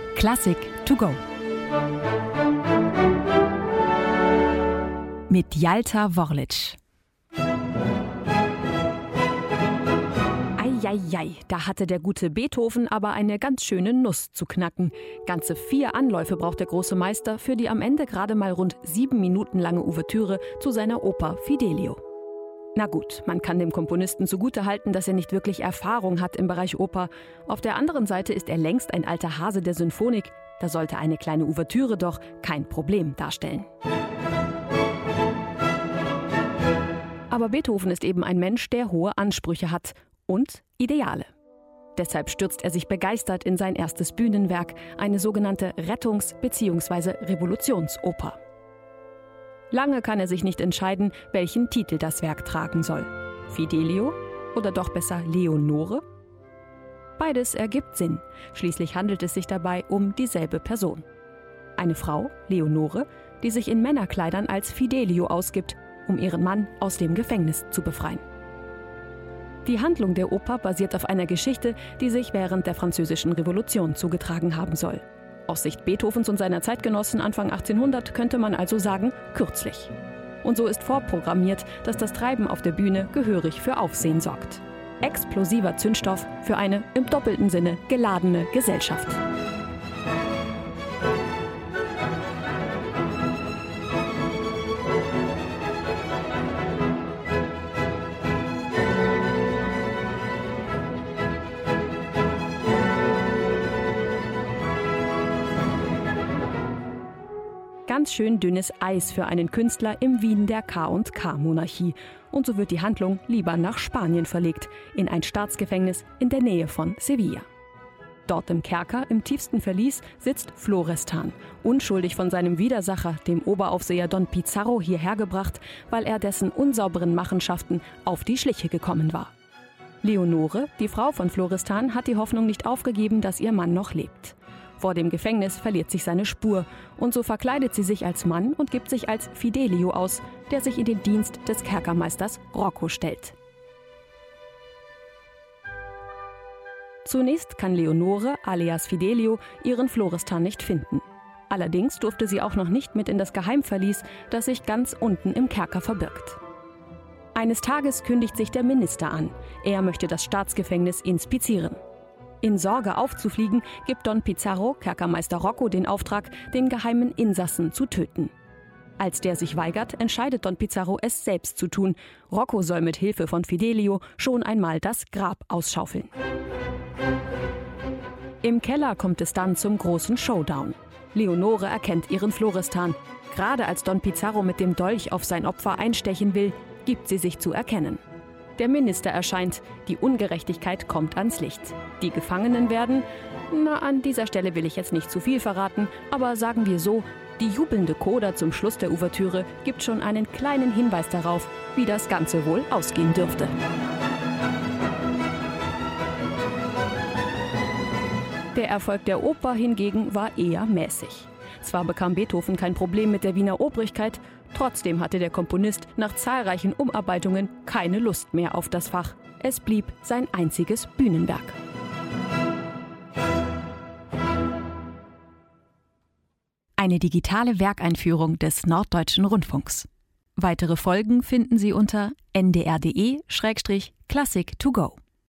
Klassik to go. Mit Jalta Worlic. Eieiei, da hatte der gute Beethoven aber eine ganz schöne Nuss zu knacken. Ganze 4 Anläufe braucht der große Meister für die am Ende gerade mal rund 7 Minuten lange Ouvertüre zu seiner Oper Fidelio. Na gut, man kann dem Komponisten zugutehalten, dass er nicht wirklich Erfahrung hat im Bereich Oper. Auf der anderen Seite ist er längst ein alter Hase der Sinfonik. Da sollte eine kleine Ouvertüre doch kein Problem darstellen. Aber Beethoven ist eben ein Mensch, der hohe Ansprüche hat und Ideale. Deshalb stürzt er sich begeistert in sein erstes Bühnenwerk, eine sogenannte Rettungs- bzw. Revolutionsoper. Lange kann er sich nicht entscheiden, welchen Titel das Werk tragen soll. Fidelio oder doch besser Leonore? Beides ergibt Sinn. Schließlich handelt es sich dabei um dieselbe Person. Eine Frau, Leonore, die sich in Männerkleidern als Fidelio ausgibt, um ihren Mann aus dem Gefängnis zu befreien. Die Handlung der Oper basiert auf einer Geschichte, die sich während der Französischen Revolution zugetragen haben soll. Aus Sicht Beethovens und seiner Zeitgenossen Anfang 1800 könnte man also sagen, kürzlich. Und so ist vorprogrammiert, dass das Treiben auf der Bühne gehörig für Aufsehen sorgt. Explosiver Zündstoff für eine im doppelten Sinne geladene Gesellschaft. Ganz schön dünnes Eis für einen Künstler im Wien der K&K-Monarchie. Und so wird die Handlung lieber nach Spanien verlegt, in ein Staatsgefängnis in der Nähe von Sevilla. Dort im Kerker, im tiefsten Verlies, sitzt Florestan, unschuldig von seinem Widersacher, dem Oberaufseher Don Pizarro, hierher gebracht, weil er dessen unsauberen Machenschaften auf die Schliche gekommen war. Leonore, die Frau von Florestan, hat die Hoffnung nicht aufgegeben, dass ihr Mann noch lebt. Vor dem Gefängnis verliert sich seine Spur und so verkleidet sie sich als Mann und gibt sich als Fidelio aus, der sich in den Dienst des Kerkermeisters Rocco stellt. Zunächst kann Leonore, alias Fidelio, ihren Florestan nicht finden. Allerdings durfte sie auch noch nicht mit in das Geheimverlies, das sich ganz unten im Kerker verbirgt. Eines Tages kündigt sich der Minister an. Er möchte das Staatsgefängnis inspizieren. In Sorge aufzufliegen, gibt Don Pizarro, Kerkermeister Rocco, den Auftrag, den geheimen Insassen zu töten. Als der sich weigert, entscheidet Don Pizarro, es selbst zu tun. Rocco soll mit Hilfe von Fidelio schon einmal das Grab ausschaufeln. Im Keller kommt es dann zum großen Showdown. Leonore erkennt ihren Florestan. Gerade als Don Pizarro mit dem Dolch auf sein Opfer einstechen will, gibt sie sich zu erkennen. Der Minister erscheint, die Ungerechtigkeit kommt ans Licht. Die Gefangenen werden, an dieser Stelle will ich jetzt nicht zu viel verraten, aber sagen wir so, die jubelnde Coda zum Schluss der Ouvertüre gibt schon einen kleinen Hinweis darauf, wie das Ganze wohl ausgehen dürfte. Der Erfolg der Oper hingegen war eher mäßig. Zwar bekam Beethoven kein Problem mit der Wiener Obrigkeit, trotzdem hatte der Komponist nach zahlreichen Umarbeitungen keine Lust mehr auf das Fach. Es blieb sein einziges Bühnenwerk. Eine digitale Werkeinführung des Norddeutschen Rundfunks. Weitere Folgen finden Sie unter ndr.de/classic2go.